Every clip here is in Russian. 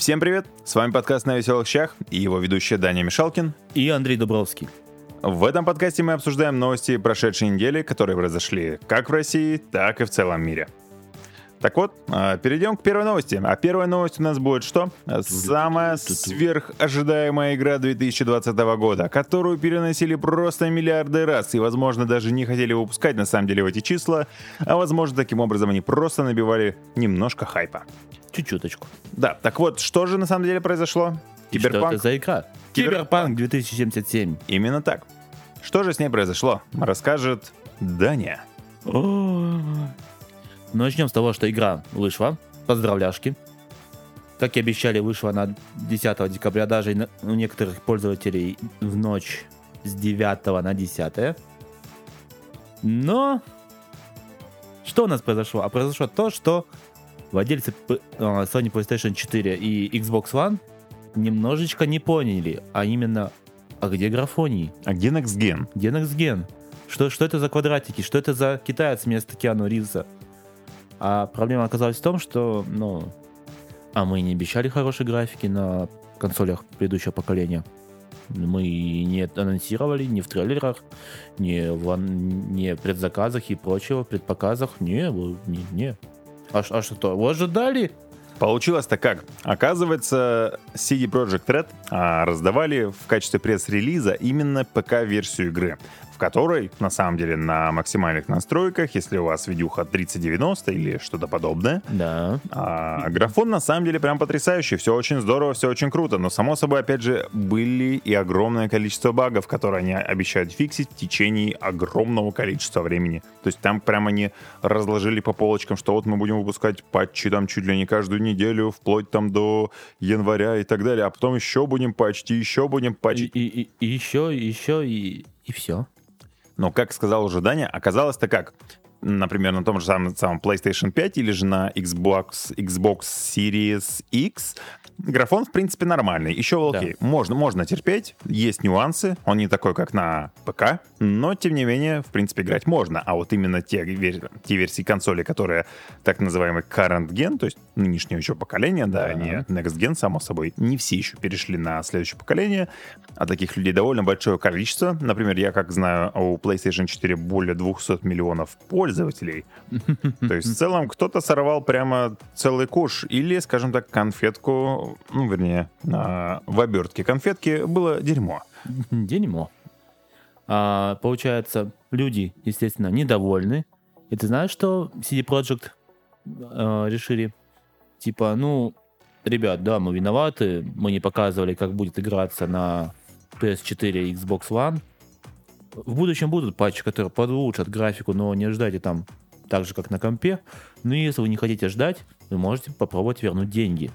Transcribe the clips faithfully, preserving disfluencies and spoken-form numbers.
Всем привет! С вами подкаст «На веселых щах» и его ведущий Даня Мишалкин и Андрей Дубровский. В этом подкасте мы обсуждаем новости прошедшей недели, которые произошли как в России, так и в целом мире. Так вот, перейдем к первой новости. А первая новость у нас будет что? Самая сверхожидаемая игра две тысячи двадцатого года, которую переносили просто миллиарды раз и, возможно, даже не хотели выпускать на самом деле в эти числа, а, возможно, таким образом они просто набивали немножко хайпа. Чуть-чуточку. Да, так вот, что же на самом деле произошло? Киберпанк. Что это за игра? Кибер... Киберпанк две тысячи семьдесят семь. Именно так. Что же с ней произошло, расскажет Даня. Начнем с того, что игра вышла. Поздравляшки. Как и обещали, вышла она десятого декабря. Даже у некоторых пользователей в ночь с девятого на десятое. Но что у нас произошло? А произошло то, что владельцы Sony PlayStation четыре и Xbox One немножечко не поняли, а именно, а где графоний? А где Next Gen? Где Next Gen? Что, что это за квадратики? Что это за китаец вместо Киану Ривза? А проблема оказалась в том, что, ну, а мы не обещали хорошей графики на консолях предыдущего поколения. Мы не анонсировали ни в трейлерах, ни в, ни в предзаказах и прочего, предпоказах. Не, не, не. А, а что, вы ожидали? Получилось-то как? Оказывается, си ди Projekt Red а, раздавали в качестве пресс-релиза именно ПК-версию игры, в которой, на самом деле, на максимальных настройках, если у вас видюха тридцать девяносто или что-то подобное, да. а, графон на самом деле прям потрясающий, все очень здорово, все очень круто, но, само собой, опять же, были и огромное количество багов, которые они обещают фиксить в течение огромного количества времени. То есть там прям они разложили по полочкам, что вот мы будем выпускать патчи там чуть ли не каждую неделю, вплоть там до января и так далее, а потом еще будем патчить, еще будем патчить. И, и, и еще, и еще, и, и все. Но, как сказал уже Даня, оказалось-то как? Например, на том же самом, самом PlayStation пять или же на Xbox, Xbox Series X графон, в принципе, нормальный. Еще окей. Да. Можно, можно терпеть, есть нюансы. Он не такой, как на ПК, но, тем не менее, в принципе, играть можно. А вот именно те, вер- те версии консоли, которые так называемый current gen, то есть нынешнее еще поколение, да, да, не next gen, само собой, не все еще перешли на следующее поколение, а таких людей довольно большое количество. Например, я как знаю, у PlayStation четыре более двухсот миллионов пользователей. То есть в целом кто-то сорвал прямо целый куш или, скажем так, конфетку, ну, вернее, в обертке конфетки было дерьмо. Дерьмо. А, получается, люди, естественно, недовольны. И ты знаешь, что си ди Projekt э, решили? Типа, ну, ребят, да, мы виноваты, мы не показывали, как будет играться на пи эс четыре и Xbox One. В будущем будут патчи, которые подулучшат графику, но не ждайте там так же, как на компе. Но если вы не хотите ждать, вы можете попробовать вернуть деньги.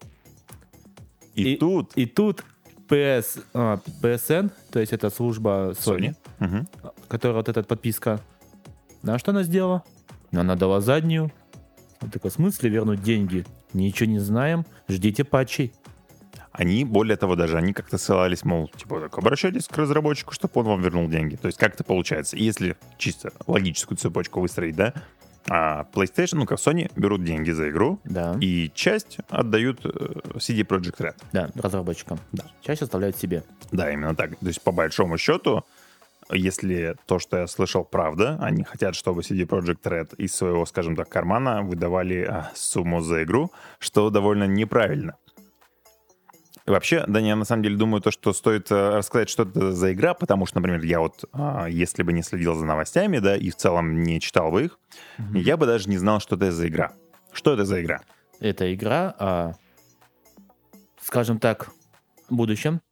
И, и тут... И тут пи эс, а, пи эс эн, то есть это служба Sony, Sony. Угу. которая вот эта подписка, на что она сделала? Она дала заднюю. В таком смысле вернуть деньги? Ничего не знаем, ждите патчей. Они, более того, даже они как-то ссылались, мол, типа, так, обращайтесь к разработчику, чтобы он вам вернул деньги. То есть как это получается? Если чисто логическую цепочку выстроить, да, а PlayStation, ну как Sony, берут деньги за игру, да, и часть отдают си ди Projekt Red. Да, разработчикам. Да. Часть оставляют себе. Да, именно так. То есть по большому счету, если то, что я слышал, правда, они хотят, чтобы си ди Projekt Red из своего, скажем так, кармана выдавали а, сумму за игру, что довольно неправильно. И вообще, да, я на самом деле думаю, то, что стоит э, рассказать, что это за игра, потому что, например, я вот, э, если бы не следил за новостями, да, и в целом не читал бы их, mm-hmm. я бы даже не знал, что это за игра. Что это за игра? Это игра, а, скажем так, в будущем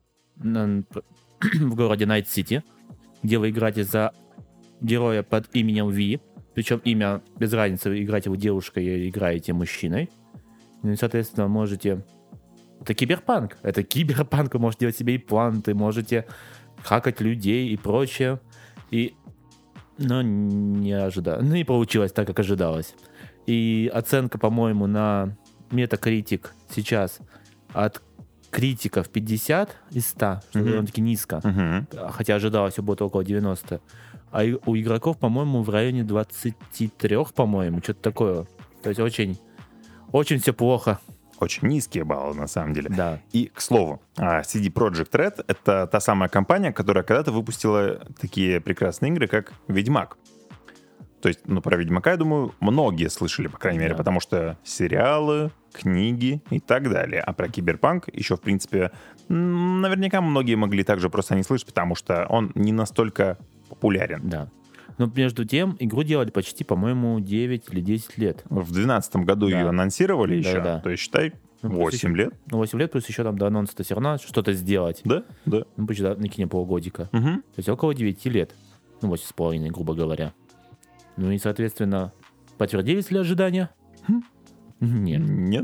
в городе Найт-Сити, где вы играете за героя под именем Ви, причем имя без разницы, вы играете вы девушкой или играете мужчиной. Ну и, соответственно, можете... Это киберпанк. Это киберпанк. Вы можете делать себе импланты, можете хакать людей и прочее. И... Но не ожидалось. Ну и получилось так, как ожидалось. И оценка, по-моему, на Metacritic сейчас от критиков пятьдесят из ста, что Mm-hmm. довольно-таки низко. Mm-hmm. Хотя ожидалось, что будет около девяносто. А у игроков, по-моему, в районе двадцать три, по-моему, что-то такое. То есть очень, очень все плохо. очень низкие баллы, на самом деле. Да. И, к слову, а, си ди Projekt Red — это та самая компания, которая когда-то выпустила такие прекрасные игры, как «Ведьмак». То есть, ну, про «Ведьмака», я думаю, многие слышали, по крайней мере, Да. потому что сериалы, книги и так далее. А про «Киберпанк» еще, в принципе, м, наверняка многие могли также просто не слышать, потому что он не настолько популярен. Да. Но между тем, игру делали почти, по-моему, девять или десять лет. В две тысячи двенадцатом году Да. ее анонсировали еще, Да-да-да. то есть, считай, Ну, плюс восемь еще- лет. Ну, восемь лет, плюс еще там до анонса-то все равно что-то сделать. Да, да. Ну, почти да, накинем полгодика. Мгм. То есть около девяти лет. Ну, восемь с половиной, грубо говоря. Ну и, соответственно, подтвердились ли ожидания? Хм. Нет. Нет?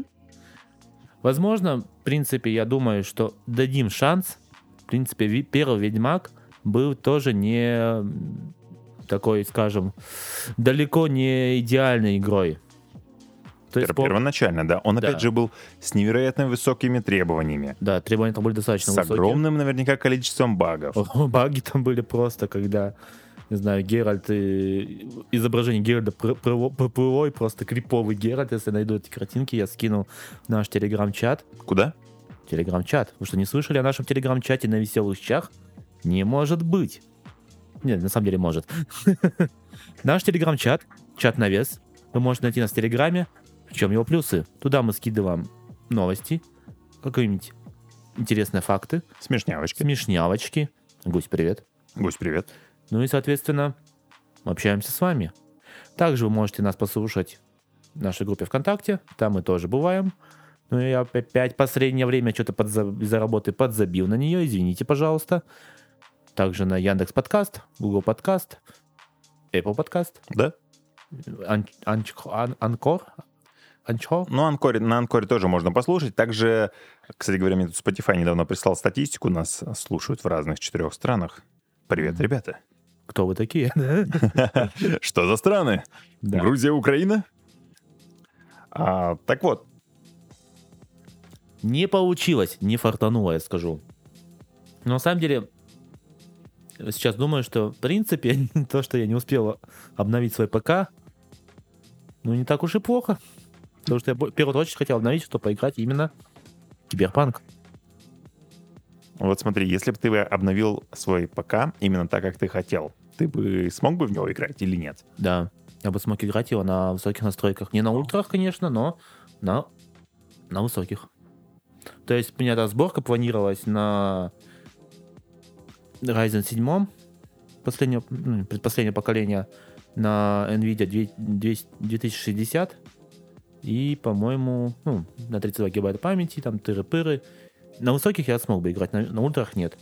Возможно, в принципе, я думаю, что дадим шанс. В принципе, ви- первый «Ведьмак» был тоже не м, такой, скажем, далеко не идеальной игрой. То есть, Пер- по- Первоначально, да. Он, Да. опять же, был с невероятно высокими требованиями. да, требования там были достаточно С высокие. огромным, наверняка, количеством багов. О, баги там были просто, когда, не знаю, Геральт, и изображение Геральта пр- прыво- поплыло, и просто криповый Геральт. Если найду эти картинки, я скину в наш телеграм-чат. Куда? Телеграм-чат. Вы что, не слышали о нашем телеграм-чате на веселых щах? Не может быть. Нет, на самом деле может. Наш телеграм-чат, чат на вес. Вы можете найти нас в телеграме. В чем его плюсы? Туда мы скидываем новости, какие-нибудь интересные факты, Смешнявочки. смешнявочки. Гусь, привет. Гусь, привет. Ну и, соответственно, общаемся с вами. Также вы можете нас послушать в нашей группе ВКонтакте. Там мы тоже бываем. Ну и я опять последнее время что-то подза- из-за работы подзабил на нее. Извините, пожалуйста. Также на Яндекс Подкаст, Google Подкаст, Apple Подкаст, Да? Ан- Анч- Ан- Анкор. Анчо. Ну, Анкоре, на Анкоре тоже можно послушать. Также, кстати говоря, мне тут Spotify недавно прислал статистику. Нас слушают в разных четырех странах. Привет, ребята. Кто вы такие? Что за страны? Да. Грузия, Украина? А, так вот, Не получилось, не фартануло, я скажу. Но на самом деле, сейчас думаю, что в принципе то, что я не успел обновить свой ПК, ну не так уж и плохо. Потому что я бо- в первую очередь хотел обновить, чтобы поиграть именно в Киберпанк. вот смотри, если бы ты бы обновил свой ПК именно так, как ты хотел, ты бы смог бы в него играть или нет? Да, я бы смог играть его на высоких настройках. Не на ультрах, конечно, но на, на высоких. То есть у меня эта сборка планировалась на Ryzen семь, последнего, ну, предпоследнее поколение, на NVIDIA две- двести две тысячи шестьдесят и, по-моему, ну, на тридцать два гигабайта памяти, там тыры-пыры. На высоких я смог бы играть, на, на ультрах нет.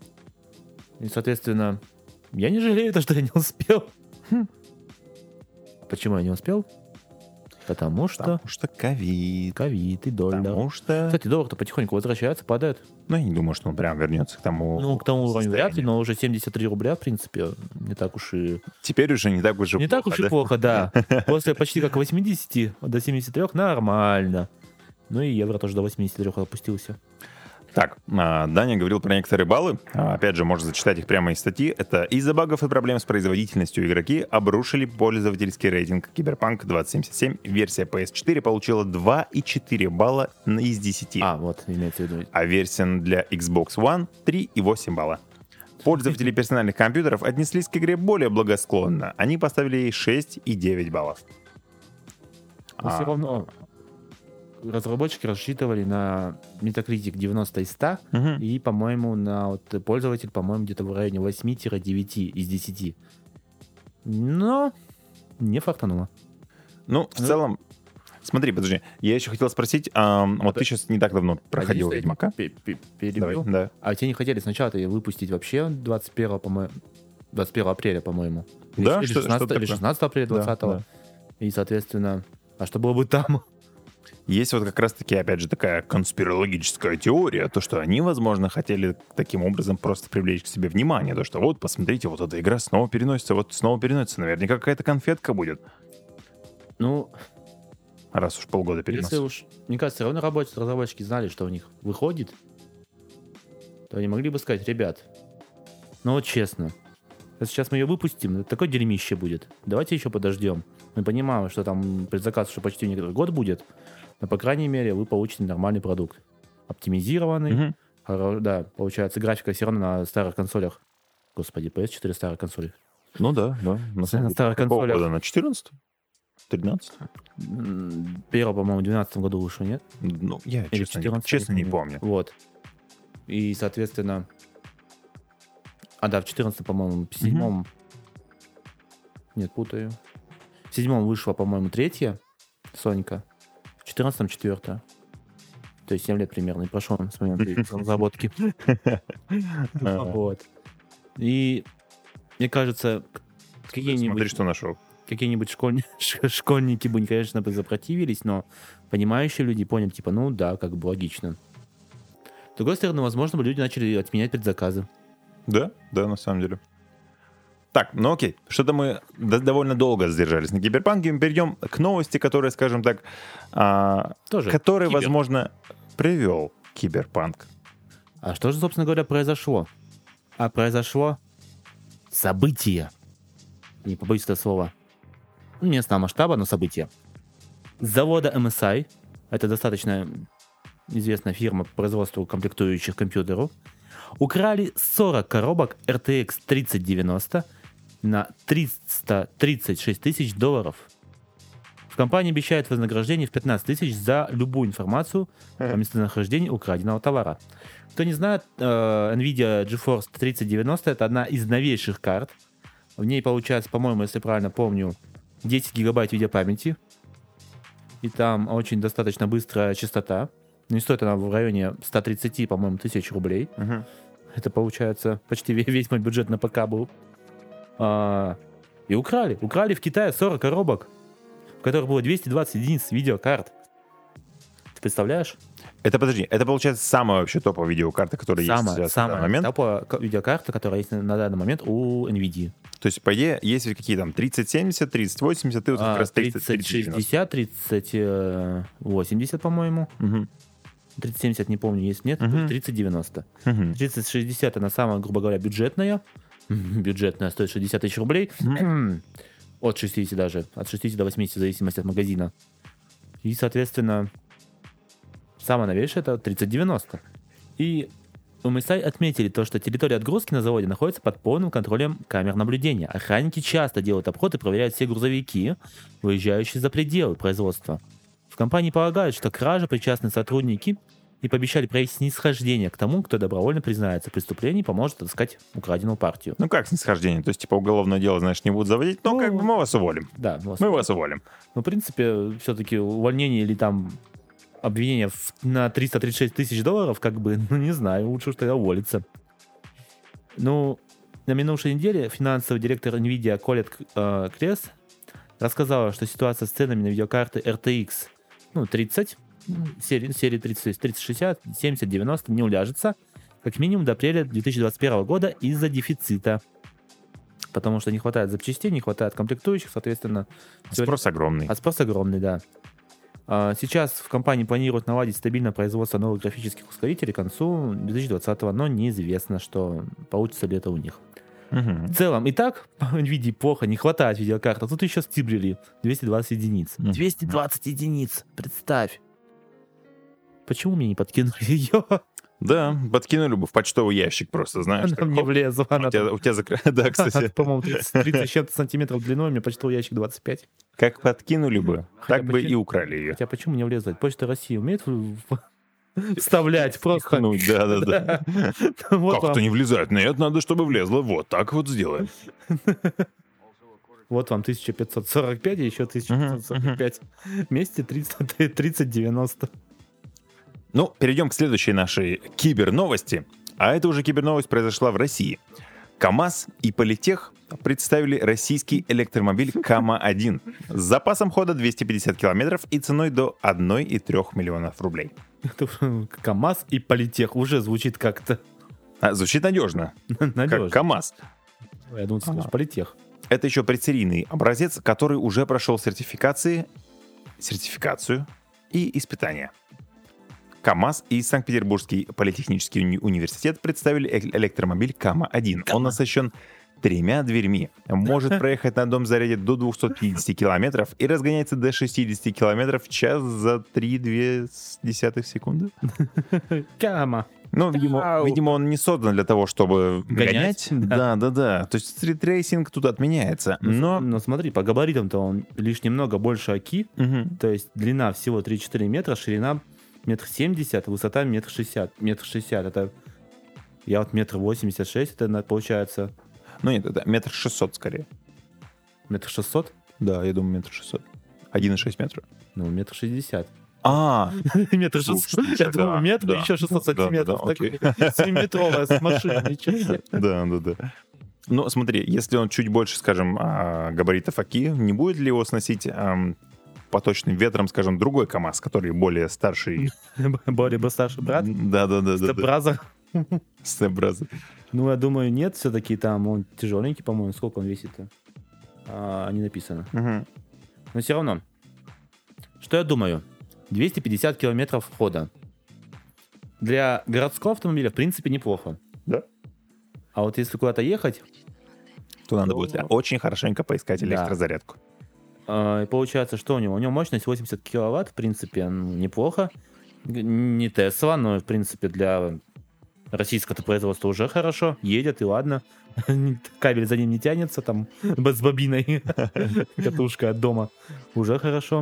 И, соответственно, я не жалею то, что я не успел. Хм. Почему я не успел? Потому что Потому что ковид. ковид и доллар. Потому что... Кстати, доллар-то потихоньку возвращается, падает. Ну, я не думаю, что он прям вернется к тому... Ну, к тому уровню вряд ли, состоянию. но уже семьдесят три рубля, в принципе, не так уж и... Теперь уже не так уж и Не так уж и да? плохо, да. После почти как восьмидесяти до семидесяти трёх нормально. Ну и евро тоже до восьмидесяти трёх опустился. Так, а, Даня говорил про некоторые баллы. А, Опять же, можно зачитать их прямо из статьи. Это из-за багов и проблем с производительностью игроки обрушили пользовательский рейтинг Киберпанк двадцать семьдесят семь. Версия пи эс четыре получила два и четыре балла из десяти. А, вот, имеется в виду. А версия для Xbox One три и восемь балла. Пользователи персональных компьютеров отнеслись к игре более благосклонно. Они поставили ей шесть и девять баллов. Но А. все равно разработчики рассчитывали на Metacritic девяносто из ста, Мгм. и, по-моему, на вот пользователь, по-моему, где-то в районе восемь-девять из десяти. Но не фартануло. Ну, в Ну. целом, смотри, подожди, я еще хотел спросить, ам, вот Да. ты сейчас не так давно проходил Один Ведьмака? пе- пе- Давай, Перебил. да. А те не хотели сначала ее выпустить вообще двадцать первого, по-моему, двадцать первого апреля, по-моему. Или, Да, или что- шестнадцатого, что-то или такое. шестнадцатого апреля Да, двадцатого. да. И, соответственно, а что было бы там? Есть вот как раз-таки, опять же, такая конспирологическая теория, то, что они, возможно, хотели таким образом просто привлечь к себе внимание, то, что вот, посмотрите, вот эта игра снова переносится, вот снова переносится, наверняка какая-то конфетка будет, Ну, раз уж полгода перенос. если уж, мне кажется, все равно рабочие разработчики знали, что у них выходит, то они могли бы сказать: ребят, ну вот честно, если сейчас мы ее выпустим, такое дерьмище будет. Давайте еще подождем. Мы понимаем, что там предзаказ, что почти у некоторых год будет, Но, по крайней мере, вы получите нормальный продукт. Оптимизированный. Мгм. Хоро- Да, получается, графика все равно на старых консолях. Господи, пи эс четыре старая консоль. Ну да, да. На самом На деле. старых Какого консолях. года? На четырнадцатом? тринадцатом? М, Первый, по-моему, в двенадцатом году вышел, нет? Ну, я Или в честно, не- четырнадцатом, честно не помню. Вот. И, соответственно... А, да, в четырнадцатом, по-моему, в седьмом... Нет, путаю. В седьмом вышла, по-моему, третья Сонька. В четырнадцатом четвертая. То есть семь лет примерно. И прошло с момента разработки. Ага. Вот. И мне кажется, Смотри, какие-нибудь что нашел. какие-нибудь школьни- ш- школьники бы, конечно, бы запротивились, но понимающие люди поняли, типа, ну да, как бы логично. С другой стороны, возможно, бы люди начали отменять предзаказы. Да, да, на самом деле. Так, ну окей. Что-то мы д- довольно долго задержались на Киберпанке. Мы перейдем к новости, которая, скажем так, а, Тоже который, кибер. возможно, привел Киберпанк. А что же, собственно говоря, произошло? А произошло событие. Не побоюсь этого слова. Ну, местного масштаба, но событие. С завода эм эс ай, это достаточно известная фирма по производству комплектующих к компьютеру, украли сорок коробок эр ти экс тридцать девяносто на триста тридцать шесть тысяч долларов. В компании обещают вознаграждение в пятнадцать тысяч за любую информацию о местонахождении украденного товара. Кто не знает, э, NVIDIA GeForce тридцать девяносто это одна из новейших карт. В ней получается, по-моему, если правильно помню, десять гигабайт видеопамяти. И там очень достаточно быстрая частота. Ну и стоит она в районе сто тридцать, по-моему, тысяч рублей. Мгм. Это получается почти ве- весь мой бюджет на ПК был. А, и украли. Украли в Китае сорок коробок, в которых было двести двадцать единиц видеокарт. Ты представляешь? Это, подожди, это, получается, самая вообще топовая видеокарта, которая есть Самая, сейчас на данный самая момент. топовая ка- видеокарта, которая есть на, на данный момент у NVIDIA. То есть, по идее, есть какие там тридцать семьдесят, тридцать восемьдесят, ты вот как А, раз тридцать тридцать шестьдесят, тридцать восемьдесят, по-моему. Мгм. тридцать семьдесят, не помню, есть нет. Мгм. тридцать девяносто. Мгм. тридцать шестьдесят она самая, грубо говоря, бюджетная. Бюджетная стоит шестьдесят тысяч рублей. От шестидесяти даже. От шестидесяти до восьмидесяти, в зависимости от магазина. И, соответственно, самая новейшая это тридцать девяносто. И у эм эс ай отметили то, что территория отгрузки на заводе находится под полным контролем камер наблюдения. Охранники часто делают обход и проверяют все грузовики, выезжающие за пределы производства. В компании полагают, что к краже причастны сотрудники и пообещали проявить снисхождение к тому, кто добровольно признается в преступлении и поможет отыскать украденную партию. Ну как снисхождение? То есть, типа, уголовное дело, знаешь, не будут заводить, но Ну, как бы мы вас уволим. Да, ну, Мы вас уволим. ну, в принципе, все-таки увольнение или там обвинение в- на триста тридцать шесть тысяч долларов, как бы, ну, не знаю, лучше уж тогда уволиться. Ну, на минувшей неделе финансовый директор NVIDIA Колет э, Кресс рассказала, что ситуация с ценами на видеокарты эр ти экс ну, тридцать, ну, серии, серии тридцать, тридцать шестьдесят, семьдесят, девяносто не уляжется, как минимум до апреля две тысячи двадцать первого года из-за дефицита. Потому что не хватает запчастей, не хватает комплектующих, соответственно... всё Спрос огромный. а спрос огромный, да. А, Сейчас в компании планируют наладить стабильное производство новых графических ускорителей к концу две тысячи двадцатого, но неизвестно, что получится ли это у них. Мгм. В целом, и так по NVIDIA плохо, не хватает видеокарт, а тут еще стибрили двести двадцать единиц. Мгм. двести двадцать единиц, представь. Почему мне не подкинули ее? Да, подкинули бы в почтовый ящик просто, знаешь. Она так, мне хоп, влезла. Она у тебя, у тебя закры- Да, там, кстати, по-моему, тридцать, тридцать с чем-то сантиметров длиной, у меня почтовый ящик двадцать пять. как подкинули бы, Хотя так бы почему- и украли ее. Хотя почему не влезать? Почта России умеет в- в- вставлять просто. Пихнуть, да-да-да. Вот Как вам, то не влезает? Нет, надо, чтобы влезло. Вот так вот сделаем. вот вам тысяча пятьсот сорок пять и еще тысяча пятьсот сорок пять. Вместе тридцать девяносто. Ну, перейдем к следующей нашей киберновости. А это уже киберновость произошла в России. КАМАЗ и Политех представили российский электромобиль Кама один с запасом хода двести пятьдесят километров и ценой до одна целая три десятых миллионов рублей. КамАЗ и Политех уже звучит как-то А, звучит надежно, как надежно. КАМАЗ. Я думаю, ты скажешь Ага. Политех. Это еще предсерийный образец, который уже прошел сертификации, сертификацию и испытания. КАМАЗ и Санкт-Петербургский политехнический уни- университет представили э- электромобиль Кама один. Он оснащен тремя дверьми, может проехать на одном заряде до двести пятьдесят километров и разгоняется до шестьдесят километров в час за три целых две десятых секунды. Кама. Ну, видимо, видимо, он не создан для того, чтобы Гонять? гонять. Да, да, да. То есть стритрейсинг тут отменяется. Но, Но смотри, по габаритам-то он лишь немного больше Аки. Мгм. То есть длина всего три-четыре метра, ширина метр семьдесят, высота метр шестьдесят. Метр шестьдесят, это... Я вот метр восемьдесят шесть, это на- получается Ну нет, это метр шестьсот скорее. метр шестьсот? Да, я думаю, метр шестьсот. один и шесть метра. Ну, метр шестьдесят. А, Метр Ну, шестьсот. шестьдесят, Я думаю, да, метр, да. еще шестьсот Да, да, сантиметров. да, окей. Такой семиметровая с машины. Ничего себе. да, да, да. Ну, смотри, если он чуть больше, скажем, а, габаритов Аки, не будет ли его сносить ам, поточным ветром, скажем, другой КамАЗ, который более старший? Более бы старший брат. Да, да, да, да. Степ-бразер. Степ-бразер. Ну, я думаю, нет, все-таки там он тяжеленький, по-моему. Сколько он весит-то? А, не написано. Мгм. Но все равно. Что я думаю? двести пятьдесят километров хода. Для городского автомобиля, в принципе, неплохо. Да. А вот если куда-то ехать, То надо будет очень хорошенько поискать Да. электрозарядку. э, получается, что у него? У него мощность восемьдесят киловатт, в принципе, ну, неплохо. Г- Не Тесла, но, в принципе, для российского производства уже хорошо. Едет, и ладно. Кабель за ним не тянется, там, с бобиной. Катушка от дома. Уже хорошо.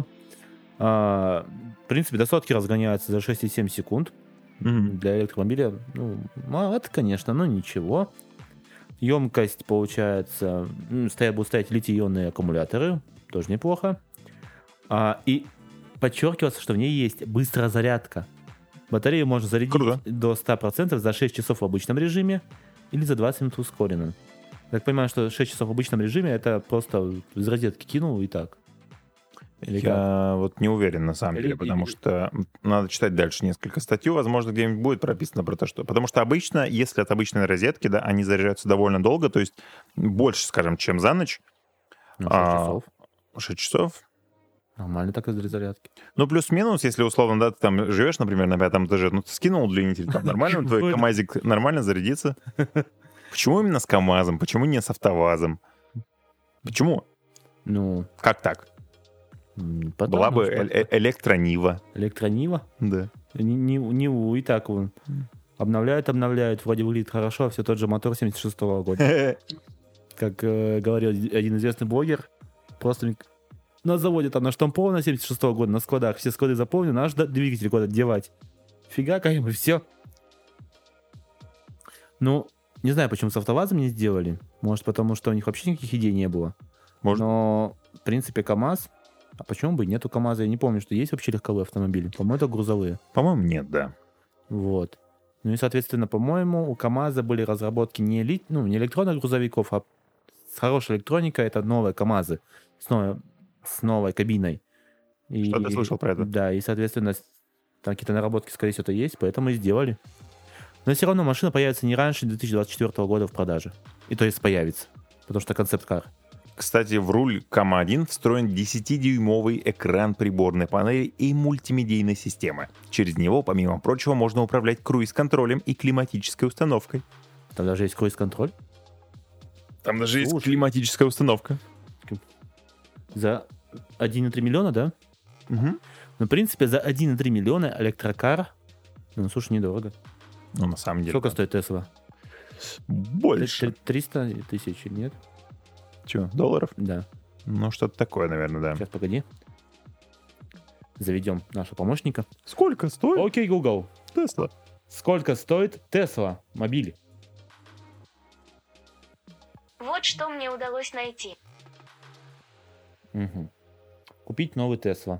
А, в принципе, до сотки разгоняется за шесть и семь секунд. Мгм. Для электромобиля, ну, маловато, конечно, но ничего. Емкость, получается, м, стоят, будут стоять литий-ионные аккумуляторы, тоже неплохо. А, и подчеркивается, что в ней есть быстрая зарядка. Батарею можно зарядить Круто. до ста процентов за шесть часов в обычном режиме или за двадцать минут в ускоренном. Я так понимаю, что шесть часов в обычном режиме это просто из розетки кинул и так. Или Я вот не уверен на самом Или- деле, потому или- что надо читать дальше несколько статью, возможно, где-нибудь будет прописано про то, что... Потому что обычно, если от обычной розетки, да, они заряжаются довольно долго, то есть больше, скажем, чем за ночь, Ну, шесть а, часов. шесть часов. Нормально так из зарядки. Ну, плюс-минус, если условно, да, ты там живешь, например, на пятом этаже, ну, ты скинул удлинитель, там нормально твой КамАЗик нормально зарядится. Почему именно с КамАЗом? Почему не с АвтоВАЗом? Почему? Ну, Как так? м, потом, Была бы может, э- э- электронива. электронива. Да. Не, не, не- и так он обновляют, обновляют, вроде выглядит хорошо, а все тот же мотор семьдесят шестого года. Как э, говорил один известный блогер, просто ми- на заводе там наштамповано семьдесят шестого года, на складах все склады заполнены, наш д- двигатель куда-то девать. Фига, как и все. Ну, не знаю, почему с АвтоВАЗом не сделали. Может, потому что у них вообще никаких идей не было. Может. Но, в принципе, КамАЗ... А почему бы и нету КамАЗа? Я не помню, что есть вообще легковые автомобили. По-моему, это грузовые. По-моему, нет, да. Вот. Ну и, соответственно, по-моему, у КамАЗа были разработки не, эли- ну, не электронных грузовиков, а с хорошей электроникой. Это новые КамАЗы с новой, с новой кабиной. И, Что-то слышал про это. Да, и, соответственно, с- там какие-то наработки, скорее всего, есть, поэтому и сделали. Но все равно машина появится не раньше две тысячи двадцать четвёртого года в продаже. И то есть появится. Потому что концепт-кар. Кстати, в руль Кама один встроен десятидюймовый экран приборной панели и мультимедийной системы. Через него, помимо прочего, можно управлять круиз-контролем и климатической установкой. Там даже есть круиз-контроль. Там даже есть Слушай. климатическая установка. За один и три миллиона, да? Угу. Ну, в принципе, за один и три миллиона электрокар, ну, слушай, недорого. Ну, на самом деле. Сколько стоит Тесла? Больше. триста тысяч, нет? Че, долларов? Да. Ну, что-то такое, наверное, да. Сейчас, погоди. Заведем нашего помощника. Сколько стоит Окей, Google. Тесла? Сколько стоит Тесла мобиль? Вот что мне удалось найти. Угу. Купить новый Тесла.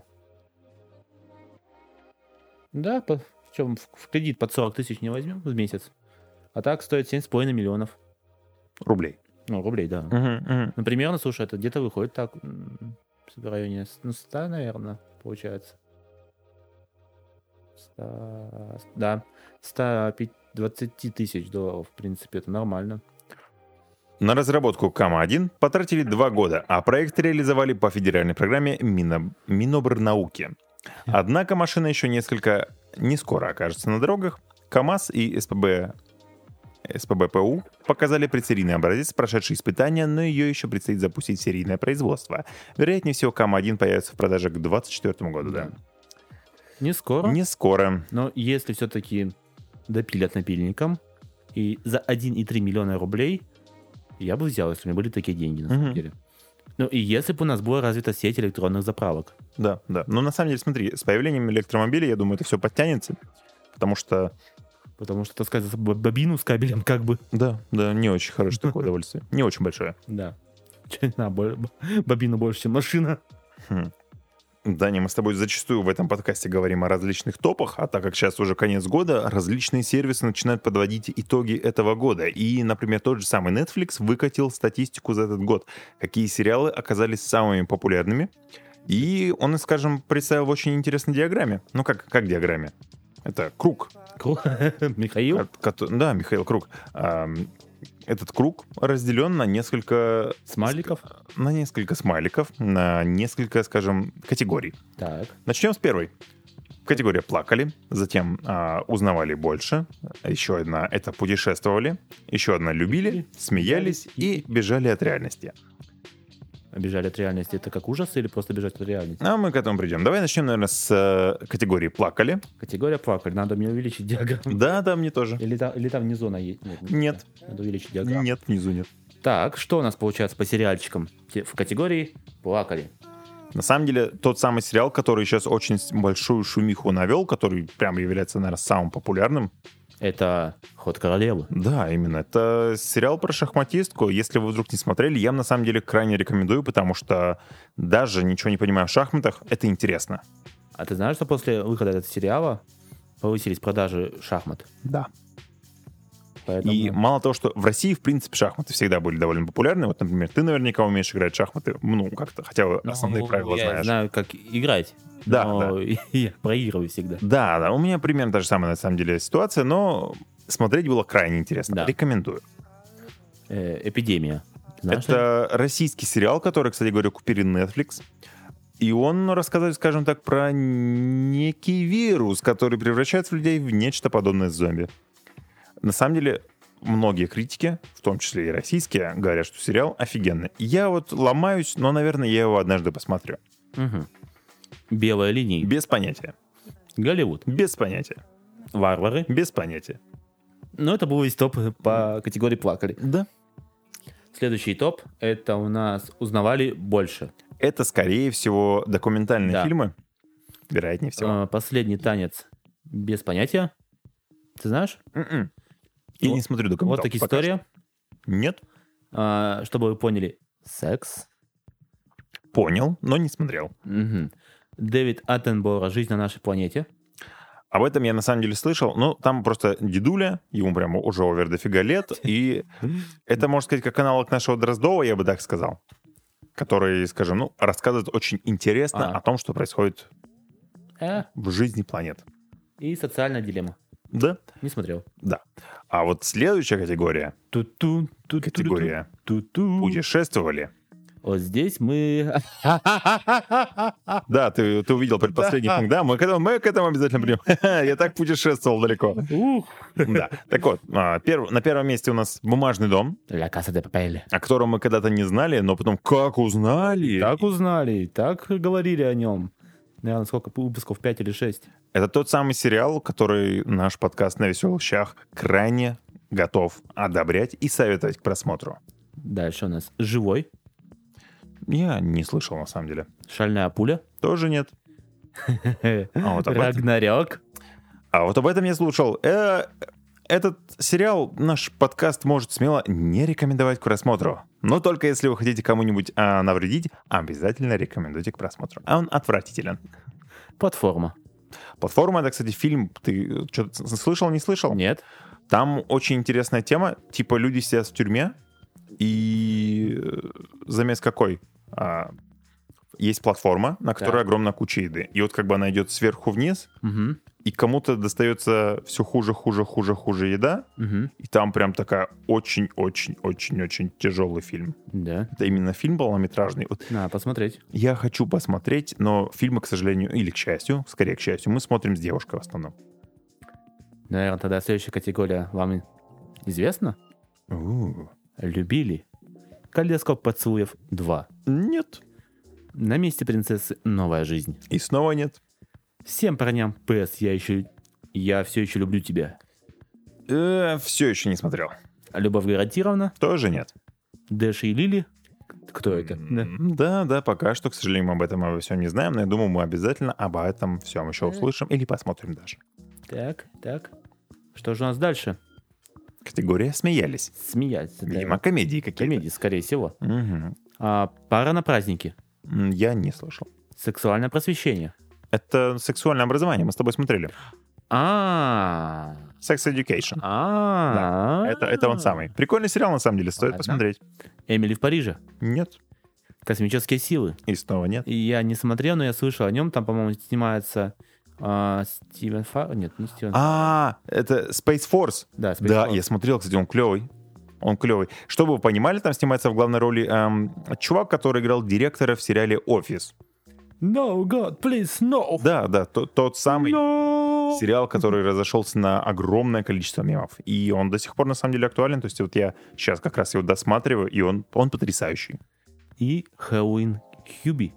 Да, по, в, чем, в, в кредит под сорок тысяч не возьмем в месяц. А так стоит семь с половиной миллионов. Рублей. Ну, рублей, да. Угу, угу. Ну, примерно, слушай, это где-то выходит так, м, в районе, ну, ста, наверное, получается. ста, да, сто двадцать тысяч долларов, в принципе, это нормально. На разработку Кама один потратили два года, а проект реализовали по федеральной программе Мино... Минобрнауки. Однако машина еще несколько не скоро окажется на дорогах. КамАЗ и СПБ СПБПУ показали предсерийный образец, прошедший испытания, но ее еще предстоит запустить в серийное производство. Вероятнее всего, Кам один появится в продаже к двадцать четвёртому году, да. Не скоро. Не скоро. Но если все-таки допилят напильником, и за один и три миллиона рублей я бы взял, если у меня были такие деньги, на самом Мгм. деле. Ну и если бы у нас была развита сеть электронных заправок. Да, да. Но на самом деле, смотри, с появлением электромобилей, я думаю, это все подтянется, потому что, Потому что таскать за собой бобину с кабелем как бы... да, да, не очень хорошее такое удовольствие. Не очень большое. Да. Че, на, бо- бобина больше, чем машина. Хм. Даня, мы с тобой зачастую в этом подкасте говорим о различных топах, а так как сейчас уже конец года, различные сервисы начинают подводить итоги этого года. И, например, тот же самый Netflix выкатил статистику за этот год, какие сериалы оказались самыми популярными. И он, скажем, представил в очень интересной диаграмме. Ну, как, как диаграмме? Это круг. Кру- Михаил? Ко- кото- Да, Михаил, круг. Ам, Этот круг разделен на несколько... Смайликов? На несколько смайликов, на несколько, скажем, категорий. Так. Начнем с первой. Категория «плакали», затем а, «узнавали больше», еще одна «это путешествовали», еще одна «любили», «смеялись» и «бежали от реальности». Бежали от реальности. Это как ужас или просто бежать от реальности? А мы к этому придем. Давай начнем, наверное, с э, категории «плакали». Категория плакали. Надо мне увеличить диаграмму. Да, да, мне тоже. Или там, или там внизу она есть? Нет. Нет. Надо увеличить диаграмму. Нет, внизу нет. Так, что у нас получается по сериальчикам? Те- В категории плакали. На самом деле, тот самый сериал, который сейчас очень с- большую шумиху навел, который прям является, наверное, самым популярным. Это «Ход королевы». Да, именно. Это сериал про шахматистку. Если вы вдруг не смотрели, я на самом деле крайне рекомендую, потому что даже ничего не понимая в шахматах, это интересно. А ты знаешь, что после выхода этого сериала повысились продажи шахмат? Да. Поэтому... И мало того, что в России, в принципе, шахматы всегда были довольно популярны. Вот, например, ты наверняка умеешь играть в шахматы, ну, как-то, хотя бы основные Ну, правила я знаешь. знаю, как играть. Да, но я проигрываю всегда. Да, да, у меня примерно та же самая, на самом деле, ситуация, но смотреть было крайне интересно. Да. Рекомендую. Э, эпидемия. Знаешь, Это российский сериал, который, кстати говоря, купили Netflix. И он рассказывает, скажем так, про некий вирус, который превращает людей в нечто подобное зомби. На самом деле, многие критики, в том числе и российские, говорят, что сериал офигенный. Я вот ломаюсь, но, наверное, я его однажды посмотрю. Мгм. Белая линия. Без понятия. Голливуд. Без понятия. Варвары. Без понятия. Ну, это был весь топ по категории плакали. Да. Следующий топ — это у нас «Узнавали больше». Это, скорее всего, документальные Да. фильмы. Вероятнее всего. Э, «Последний танец» без понятия. Ты знаешь? М-м. Я Вот- не смотрю Вот документалки. такие пока истории. что. Нет. А, чтобы вы поняли, секс. Понял, но не смотрел. Мгм. Дэвид Аттенбора «Жизнь на нашей планете». Об этом я на самом деле слышал. Ну, там просто дедуля, ему прямо уже овер дофига лет. И это, можно сказать, как аналог нашего Дроздова, я бы так сказал. Который, скажем, ну, рассказывает очень интересно А. о том, что происходит Э, в жизни планет. и «Социальная дилемма». Да? Не смотрел. Да. А вот следующая категория, Ту-ту, ту-ту, категория ту-ту. путешествовали. Вот здесь мы... Да, ты, ты увидел предпоследний пункт, да? Мы к этому, мы к этому обязательно придем. Я так путешествовал далеко. Ух. Да. Так вот, а, перв- на первом месте у нас «Бумажный дом», «Ля Каса де Папель». о котором мы когда-то не знали, но потом как узнали. Так узнали, так говорили о нем. Наверное, сколько выпусков, пять или шесть. Это тот самый сериал, который наш подкаст «На веселых щах» крайне готов одобрять и советовать к просмотру. Дальше у нас «Живой», Я не слышал, на самом деле. «Шальная пуля», Тоже нет. А вот об этом, «Рагнарёк». а вот об этом я слушал. Э, Этот сериал, наш подкаст может смело не рекомендовать к просмотру. Но только если вы хотите кому-нибудь а, навредить, обязательно рекомендуйте к просмотру. А он отвратителен. «Платформа». «Платформа» — это, кстати, фильм. Ты что-то слышал, не слышал? Нет. Там очень интересная тема. Типа люди сидят в тюрьме, и э, замес какой? А, есть платформа, на которой Так. огромная куча еды. И вот как бы она идет сверху вниз, Угу. и кому-то достается все хуже, хуже, хуже, хуже еда. Угу. И там прям такая очень-очень-очень-очень тяжелый фильм. Да. Это именно фильм полнометражный. Вот Надо посмотреть. я хочу посмотреть, но фильмы, к сожалению, или к счастью, скорее к счастью, мы смотрим с девушкой в основном. Наверное, тогда следующая категория вам Известно? У, Любили. Калейдоскоп поцелуев два. Нет. На месте принцессы новая жизнь. И снова нет. Всем парням ПС, я еще... Я все еще люблю тебя. Э, все еще не смотрел. Любовь гарантирована. Тоже нет. Дэши и Лили. Кто это? Да. М, Да, да, пока что, к сожалению, мы об этом обо всем не знаем, но я думаю, мы обязательно об этом всем еще услышим или посмотрим даже. Так, так. Что же у нас дальше? Категория «Смеялись». Смеяться. да. Видимо, комедии какие-то. Комедии, скорее всего. Мгм. А, пара на празднике. М, Я не слышал. Сексуальное просвещение. Это сексуальное образование, мы с тобой смотрели. А. Sex Education. А. Это, это он самый. Прикольный сериал, на самом деле, стоит Ладно. посмотреть. Эмили в Париже. Нет. Космические силы. И снова нет. И я не смотрел, но я слышал о нем. Там, по-моему, снимается а, Стивен Фар... Нет, не Стивен. А, это Space Force. Да, Space Да, Force. я смотрел, кстати, он клевый. Он клевый. Чтобы вы понимали, там снимается в главной роли эм, чувак, который играл директора в сериале «Офис». No, God, please, no. Да, да, тот, тот самый No. сериал, который разошелся на огромное количество мемов. И он до сих пор, на самом деле, актуален. То есть вот я сейчас как раз его досматриваю, и он, он потрясающий. И Хэллоуин Кьюби.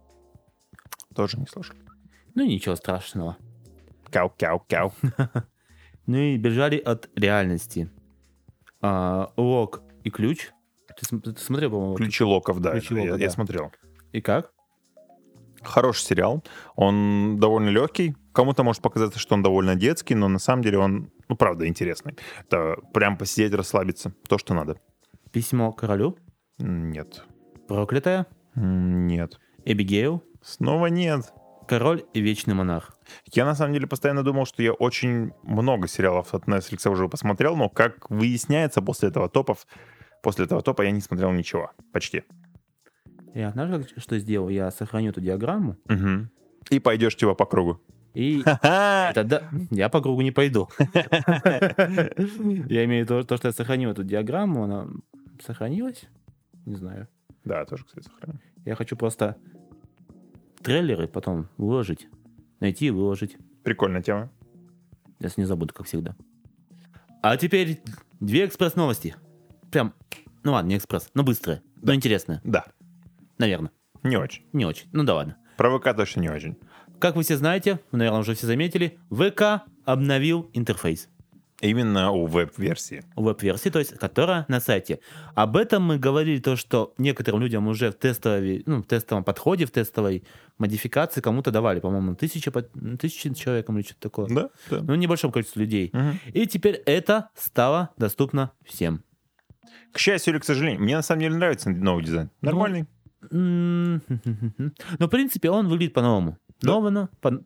Тоже не слышал. Ну, ничего страшного. Кау-кау-кау. Ну и бежали от реальности. А, Лок и ключ. Ты, см- ты смотрел, по-моему? Ключи Локов, да. Ключи я, Локов, я да. смотрел. И как? Хороший сериал. Он довольно легкий. Кому-то может показаться, что он довольно детский, но на самом деле он, ну, правда, интересный. Это прям посидеть, расслабиться. То, что надо. Письмо королю. М, Нет. Проклятая. М, Нет. Эбигейл. Снова нет. Король и вечный монарх. Я на самом деле постоянно думал, что я очень много сериалов от Netflix уже посмотрел, но, как выясняется, после этого топов, после этого топа я не смотрел ничего. Почти. Я знаешь, как- что сделал? Я сохраню эту диаграмму. Мгм. И пойдешь типа по кругу. И Ха-ха! тогда я по кругу не пойду. Я имею в виду то, что я сохранил эту диаграмму. Она сохранилась? Не знаю. Да, тоже, кстати, сохранил. Я хочу просто трейлеры потом выложить. Найти и выложить. Прикольная тема. Если не забуду, как всегда. А теперь две экспресс-новости. Прям, ну ладно, не экспресс, но быстрые, но интересные. Да, Наверное. не очень. Не очень. Ну да ладно. Про ВК точно не очень. Как вы все знаете, вы, наверное, уже все заметили, ВК обновил интерфейс. Именно у веб-версии. Веб-версии, то есть, которая на сайте. Об этом мы говорили, то, что некоторым людям уже в, тестовой, ну, в тестовом подходе, в тестовой модификации кому-то давали, по-моему, тысячи, под- тысячи человеком или что-то такое. Да, да. Ну, небольшому количеству людей. Мгм. И теперь это стало доступно всем. К счастью или к сожалению, мне на самом деле нравится новый дизайн. Нормальный. М, Ну, в принципе, он выглядит по-новому. Да. Ново, по...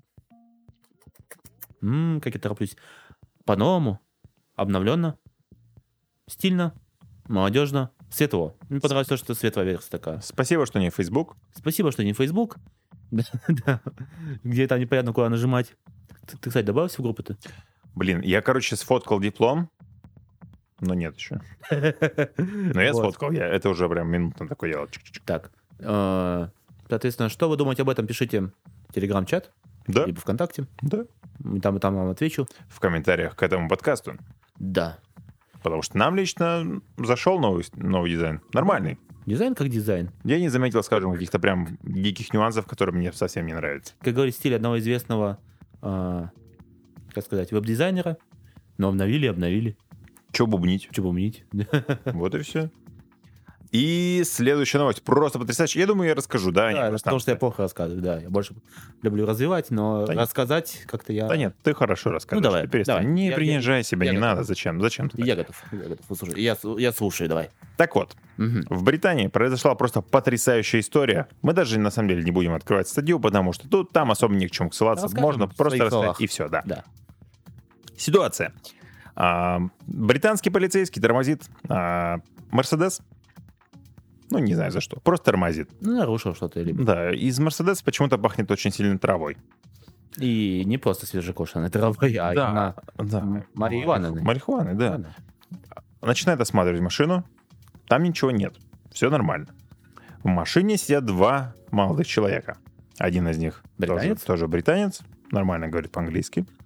М, как я тороплюсь. По-новому, обновленно, стильно, молодежно, светло. Мне понравилось то, что светлая версия такая. Спасибо, что не Facebook. Спасибо, что не Facebook. Да, да. Где там непонятно, куда нажимать. Ты, ты, кстати, добавился в группу-то? Блин, я, короче, сфоткал диплом, но нет еще. Но я Вот. сфоткал, я, это уже прям минутно такое дело. Чик-чик-чик. Так. э, Соответственно, что вы думаете об этом, пишите в Телеграм-чат, Да, либо ВКонтакте. да. И Там и там вам отвечу. В комментариях к этому подкасту. Да. Потому что нам лично зашел новый, новый дизайн. Нормальный. Дизайн как дизайн. Я не заметил, скажем, каких-то прям диких нюансов, которые мне совсем не нравятся. Как говорит стиль одного известного, э, как сказать, веб-дизайнера. Но обновили, обновили. Че бубнить? Че помнить? Вот и все. И следующая новость. Просто потрясающая. Я думаю, я расскажу, да? Да, не просто потому что я там- плохо рассказываю, да. Я больше люблю развивать, но Да нет. рассказать как-то я... Да нет, ты хорошо рассказываешь. Ну, давай, Ты перестань. давай. Не Я- принижай себя, я не готов. надо. Зачем? Зачем ты так? Я готов, я готов. Слушай, я, с- я слушаю, давай. Так вот, Мгм. в Британии произошла просто потрясающая история. Мы даже на самом деле не будем открывать статью, потому что тут там особо ни к чему ссылаться. Расскажем Можно в просто своих рассказать, словах. и все, да. Да. Ситуация. А, британский полицейский тормозит а, Мерседес. Ну, не знаю за что. Просто тормозит. Ну, нарушил что-то. Либо. Да, из Мерседеса почему-то пахнет очень сильно травой. И не просто свежекошенной травой, а именно да. М- Марии Ивановны. Марихуаны, да. Ладно. Начинает осматривать машину. Там ничего нет. Все нормально. В машине сидят два молодых человека. Один из них тоже, Британец? тоже британец. Нормально говорит по-английски.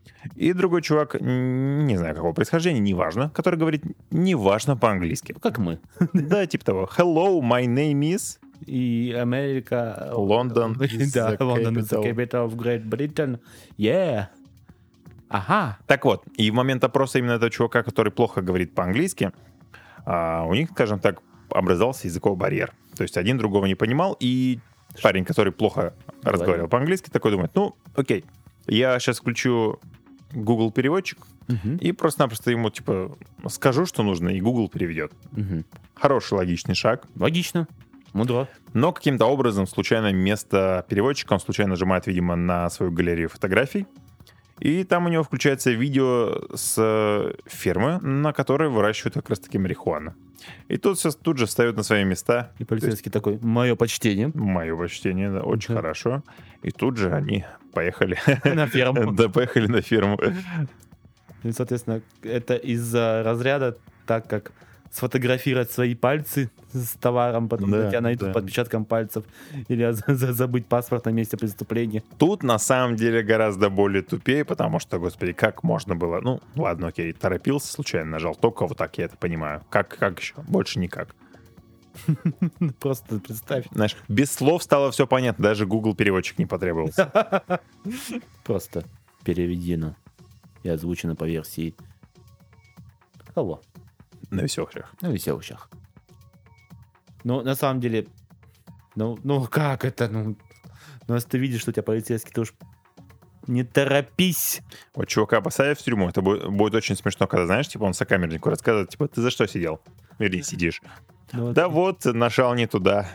И другой чувак, н- не знаю какого происхождения, неважно, который говорит неважно по-английски. Как мы. Да, типа того. Hello, my name is... И Америка... Лондон is Да, the Лондон is the capital. capital of Great Britain. Yeah. Ага. Так вот, и в момент опроса именно этого чувака, который плохо говорит по-английски, а, у них, скажем так, образовался языковой барьер. То есть один другого не понимал, и парень, который плохо разговаривал по-английски, такой думает, ну, окей, я сейчас включу Google переводчик Мгм. и просто-напросто ему, типа, скажу, что нужно, и Google переведет. Мгм. Хороший логичный шаг. Логично. Мудро. Но каким-то образом, случайно, вместо переводчика он случайно нажимает, видимо, на свою галерею фотографий. И там у него включается видео с э, фермы, на которой выращивают как раз-таки марихуану. И тут все тут же встают на свои места. И полицейский такой, мое почтение. Мое почтение, да, очень Да. хорошо. И тут же они поехали. На ферму. Да, поехали на ферму. И, соответственно, это из-за разряда, так как сфотографировать свои пальцы с товаром, потом Да, тебя найдут да. под отпечатком пальцев, или за- за- забыть паспорт на месте преступления. Тут на самом деле гораздо более тупее, потому что, господи, как можно было... Ну, ладно, окей, торопился, случайно нажал. Только вот так, я это понимаю. Как, как еще? Больше никак. Просто представь. Знаешь, без слов стало все понятно, даже Google переводчик не потребовался. Просто переведено и озвучено по версии кого? На веселых. На веселых. Ну, на самом деле, ну, ну как это? Ну, ну, если ты видишь, что у тебя полицейский, то уж не торопись. Вот чувака посадят в тюрьму, это будет, будет очень смешно, когда, знаешь, типа он сокамернику рассказывает, типа, ты за что сидел? Или сидишь? Ну, вот- Да вот, нажал не туда.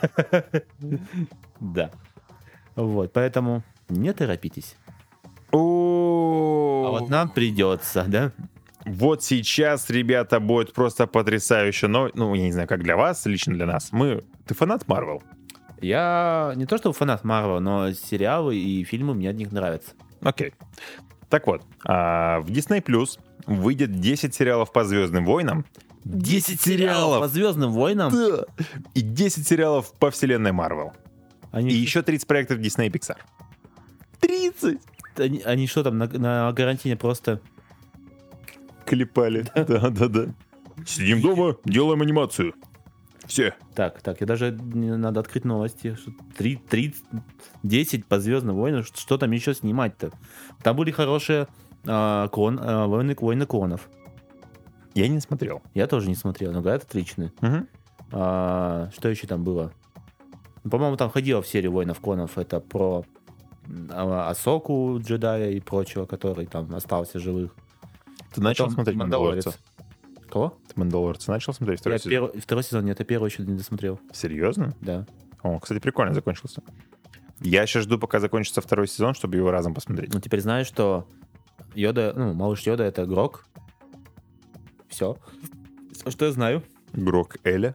Да. Вот, поэтому не торопитесь. А О, вот нам придется, да? Вот сейчас, ребята, будет просто потрясающе. Но, ну, я не знаю, как для вас, лично для нас. Мы... Ты фанат Марвел? Я не то что фанат Марвел, но сериалы и фильмы мне от них нравятся. Окей. Так вот, а, в Disney Plus выйдет десять сериалов по Звездным войнам. десять По сериалов! Звездным войнам. Да! И десять сериалов по вселенной Марвел. Они, И еще тридцать проектов Disney и Pixar. тридцать! они, они что там, на, на карантине просто... Клепали. Да-да-да. Сидим дома, делаем анимацию. Все. Так, так, я даже не надо открыть новости. Что три, три, десять по Звездным войнам, что, что там еще снимать-то? Там были хорошие а, клон, а, войны, войны клонов. Я не смотрел. Я тоже не смотрел, но говорят, отличные. Мгм. А, что еще там было? Ну, по-моему, там ходило в серию воинов клонов. Это про м, а, Асоку, джедая и прочего, который там остался живых. Ты начал Потом смотреть Мандалорец. Мандалорца? Кого? Ты Мандалорца начал смотреть второй Я сезон? перв- Второй сезон, нет, я первый еще не досмотрел. Серьезно? Да. О, кстати, прикольно закончился. Я сейчас жду, пока закончится второй сезон, чтобы его разом посмотреть. Ну, теперь знаешь, что Йода, ну, малыш Йода — это Грок. Все. Что я знаю. Грок Эля.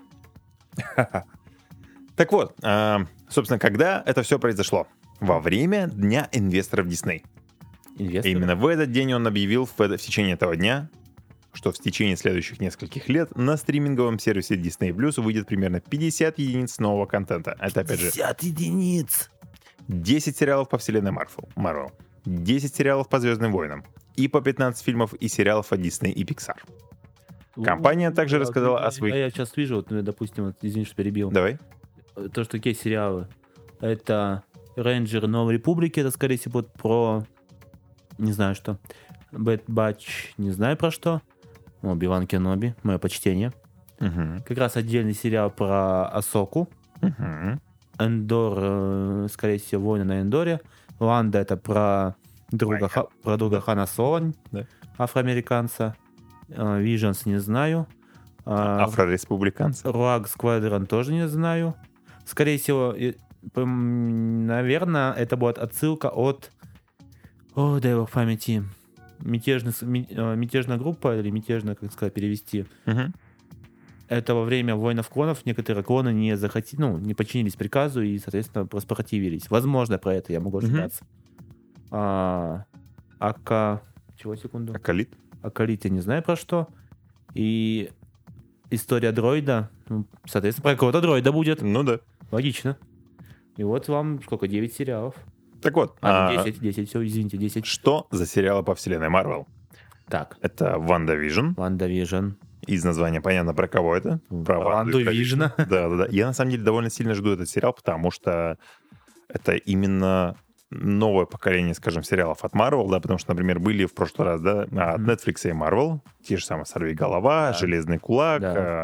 Так вот, а, собственно, когда это все произошло? Во время Дня инвесторов Disney. Инвестор. Именно в этот день он объявил в, это- в течение этого дня, что в течение следующих нескольких лет на стриминговом сервисе Disney Plus выйдет примерно пятьдесят единиц нового контента. Это, опять же, пятьдесят единиц. десять сериалов по вселенной Марвел, Marvel, десять сериалов по Звездным войнам и по пятнадцать фильмов и сериалов от Disney и Pixar. Компания также Ну, рассказала я- о своих- Я сейчас вижу, вот, ну, допустим, вот, извини, что перебил. Давай. То, что какие сериалы. Это Рейнджеры Новой Республики, это, скорее всего, будет про... Не знаю что. Бэт Батч, не знаю про что. Оби-Ван Кеноби, мое почтение. Мгм. Как раз отдельный сериал про Асоку. Мгм. Эндор, э, скорее всего, войны на Эндоре. Ланда — это про друга, Ха- про друга Хана Соло, Да. афроамериканца. Виженс не знаю. А, Афрореспубликанцы. Руаг Сквадрон тоже не знаю. Скорее всего, и- пом- наверное, это будет отсылка от... О, дай бог памяти. Мятежный, с- ми- э, мятежная группа, или мятежная, как сказать, перевести. Мгм. Это во время войн клонов некоторые клоны не захотели, ну, не подчинились приказу и, соответственно, воспротивились. Возможно, про это я могу Мгм. ошибаться. А, Ака... Чего, секунду? Акалит? Акалит я не знаю про что. И история дроида, ну, соответственно, про какого-то дроида будет. Ну да. Логично. И вот вам сколько, девять сериалов. Так вот, А, а, десять, десять, все, извините, десять. что за сериалы по вселенной Марвел? Так, Это WandaVision. WandaVision. Из названия понятно, про кого это. Про Ванду и про WandaVision. Да-да-да. Я, на самом деле, довольно сильно жду этот сериал, потому что это именно новое поколение, скажем, сериалов от Marvel, да, потому что, например, были в прошлый раз, да, от Netflix и Marvel, те же самые «Сорвиголова», Да. «Железный кулак», Да. э,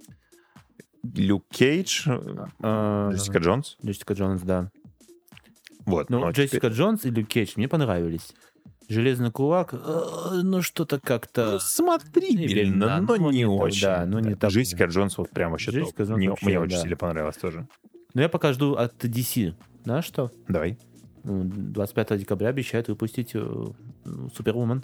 Люк Кейдж, А, Джессика Джонс. Джессика Джонс, да. Вот. Ну, но Джессика теперь- Джонс и Люк Кейдж мне понравились. Железный кулак, э, ну что-то как-то... Ну, смотрибельно, Да, но ну, не не так, очень. да, ну, не так. Джессика Джонс вот прям вообще Джессика топ. Джонс Мне, вообще, мне очень да. сильно понравилось тоже. Ну, я пока жду от ди си. Да, что? Давай. Ну, двадцать пятого декабря обещают выпустить э, Супервумен.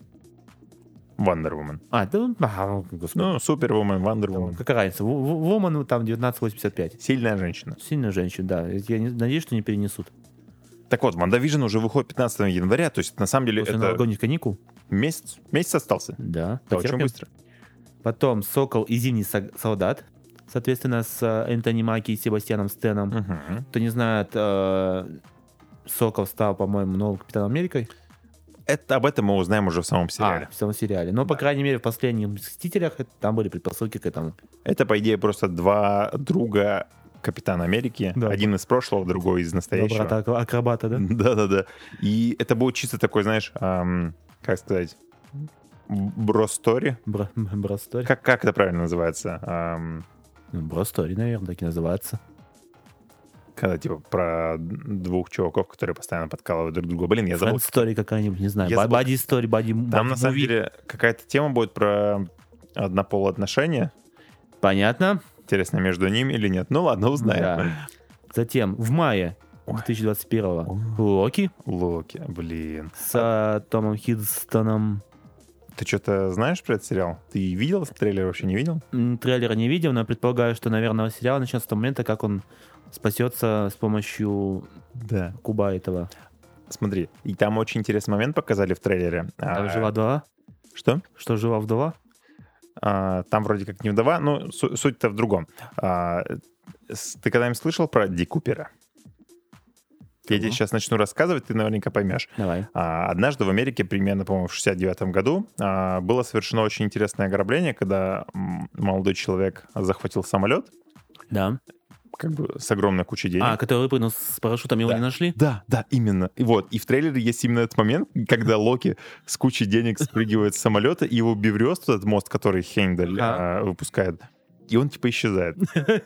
Wonder Woman. А, да, а, господи. Ну, Супервумен, Wonder Woman. Какая разница? Ву- Ву- Вумен там девятнадцать восемьдесят пять. Сильная женщина. Сильная женщина, да. Я не- надеюсь, что не перенесут. Так вот, WandaVision уже выходит пятнадцатого января, то есть на самом деле После это новогодних каникул. месяц, месяц остался. Да. Это очень потерпим. быстро. Потом «Сокол и зимний со- солдат». Соответственно, с э, Энтони Маки и Себастьяном Стэном. Мгм. Кто не знает, э, Сокол стал, по-моему, новым Капитаном Америкой. Это, об этом мы узнаем уже в самом сериале. А, в самом сериале. Но, по крайней мере, в последних «Мстителях» это- там были предпосылки к этому. Это, по идее, просто два друга Капитана Америки. Да. Один из прошлого, другой из настоящего. Брата акро- акробата, да? Да-да-да. И это будет чисто такой, знаешь, ам, как сказать, бростори. Бро- Бростори. Как, как это правильно называется? Ам, Ну, Бростори, наверное, так и называется. когда, типа, про двух чуваков, которые постоянно подкалывают друг друга. Блин, я забыл. Фрэнд-стори какая-нибудь, не знаю. Я Ба- забыл. Бади-стори, бади Там, на самом деле, какая-то тема будет про однополые отношения. Понятно. Интересно, между ними или нет? Ну ладно, узнаем. Да. Затем, в мае две тысячи двадцать первого Локи Локи, блин. с э, Томом Хиддлстоном. Ты что-то знаешь про этот сериал? Ты видел трейлер, вообще не видел? М, Трейлера не видел, но я предполагаю, что, наверное, сериал начнется с того момента, как он спасется с помощью Да. куба этого. Смотри, и там очень интересный момент показали в трейлере. Там А, жива вдова? Что? Что, жива вдова? А, там вроде как не вдова, но су- суть-то в другом. А, с- ты когда-нибудь слышал про Ди Купера? Я тебе сейчас начну рассказывать, ты наверняка поймешь. Давай. А, однажды в Америке, примерно, по-моему, в шестьдесят девятом году, а, было совершено очень интересное ограбление, когда м, молодой человек захватил самолет, Да. как бы с огромной кучей денег. А, который выпрыгнул с парашютом, его Да. не нашли? Да, да, именно. И вот, и в трейлере есть именно этот момент, когда Локи с кучей денег спрыгивает с самолета, и его берет этот мост, который Хеймдаль А. а, выпускает, и он типа исчезает.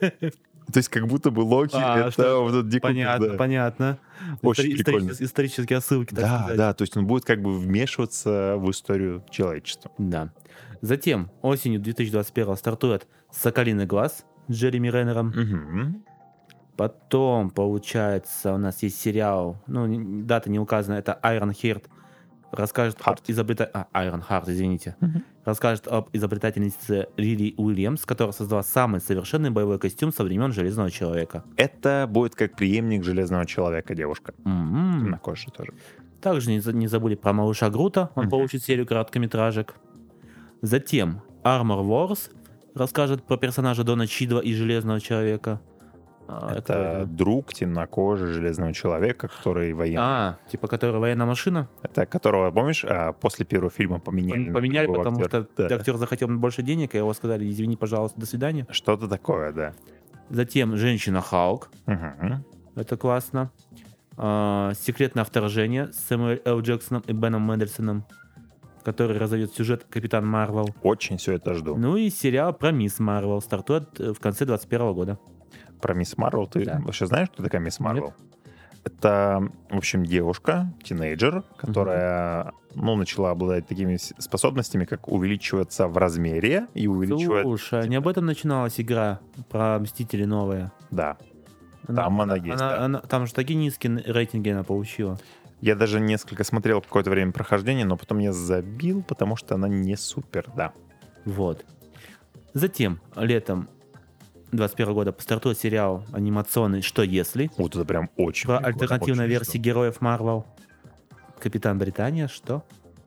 То есть как будто бы Локи А, это что- вот этот Ди Купер, Понятно, да. понятно. Очень Истори- прикольно. исторические- Исторические отсылки, так Да, сказать. да, то есть он будет как бы вмешиваться в историю человечества. Да. Затем осенью две тысячи двадцать первого стартует «Соколиный глаз» с Джереми Реннером. Мгм. Потом, получается, у нас есть сериал, ну, н- дата не указана, это Iron Heart. Расскажет об Heart. изобрета... а, Iron Heart, извините. Мгм. Расскажет об изобретательнице Лили Уильямс, которая создала самый совершенный боевой костюм со времен Железного Человека. Это будет как преемник Железного Человека, девушка. М-м. На коже тоже. Также не, за- не забыли про малыша Грута, он Мгм. получит серию короткометражек. Затем Armor Wars расскажет про персонажа Дона Чидла и Железного Человека. А, Это друг темнокожий Железного Человека, который военный. А, типа, которая военная машина? Это которого, помнишь, а, после первого фильма поменяли. на Поменяли, другого потому актера. что Да. актер захотел больше денег, и его сказали, извини, пожалуйста, до свидания. Что-то такое, да. Затем Женщина Халк. Мгм. Это классно. А, Секретное вторжение с Сэмюэль Л. Джексоном и Беном Мендельсоном, который разовьет сюжет Капитан Марвел. Очень все это жду. Ну и сериал про Мисс Марвел стартует э, в конце двадцать первого года. Про Мисс Марвел ты Да. вообще знаешь, кто такая Мисс Марвел? Это, в общем, девушка, тинейджер, которая, ну, начала обладать такими с- способностями, как увеличиваться в размере и увеличивать... Слушай, а не об этом начиналась игра про Мстители новая? Да. Там она есть, она- да. она- там же такие низкие рейтинги она получила. Я даже несколько смотрел какое-то время прохождения, но потом я забил, потому что она не супер, да. Вот. Затем, летом двадцать первого года постартует сериал анимационный «Что если?» Вот это прям очень про прикольно, альтернативной очень версии жду. героев Марвел. Капитан Британия, что?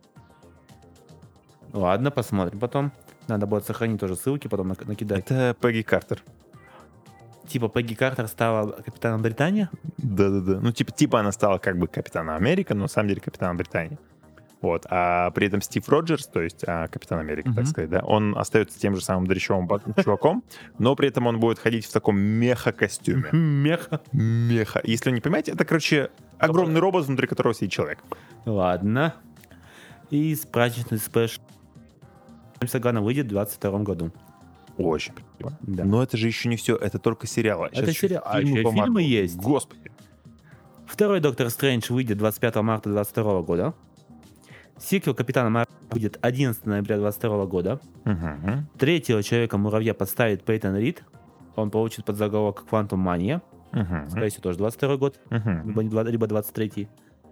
Ладно, посмотрим потом. Надо будет сохранить тоже ссылки, потом нак- накидать. Это Пегги Картер. типа Пегги Картер стала капитаном Британии? Да-да-да. Ну, типа, типа она стала как бы капитаном Америка, но на самом деле капитаном Британии. Вот. А при этом Стив Роджерс, то есть а, капитан Америка, Мгм. так сказать, да, он остается тем же самым дрящевым ба- чуваком, но при этом он будет ходить в таком меха-костюме. Меха. Меха. Если вы не понимаете, это, короче, огромный робот, внутри которого сидит человек. Ладно. И праздничный спеш Сагана выйдет в двадцать втором году. Очень прикольно. Да. Но это же еще не все, это только сериалы. Это Сейчас еще сериал. А, еще и по фильмы Марвелу. есть. Господи. Второй Доктор Стрэндж выйдет двадцать пятого марта двадцать второго года. Сиквел Капитана Марвел выйдет одиннадцатого ноября двадцать второго года. Мгм. Третьего Человека-муравья подставит Пейтон Рид. Он получит подзаголовок «Квантум Мания». Мгм. Скорее всего, тоже двадцать второй год, Мгм. либо, два- либо двадцать третий.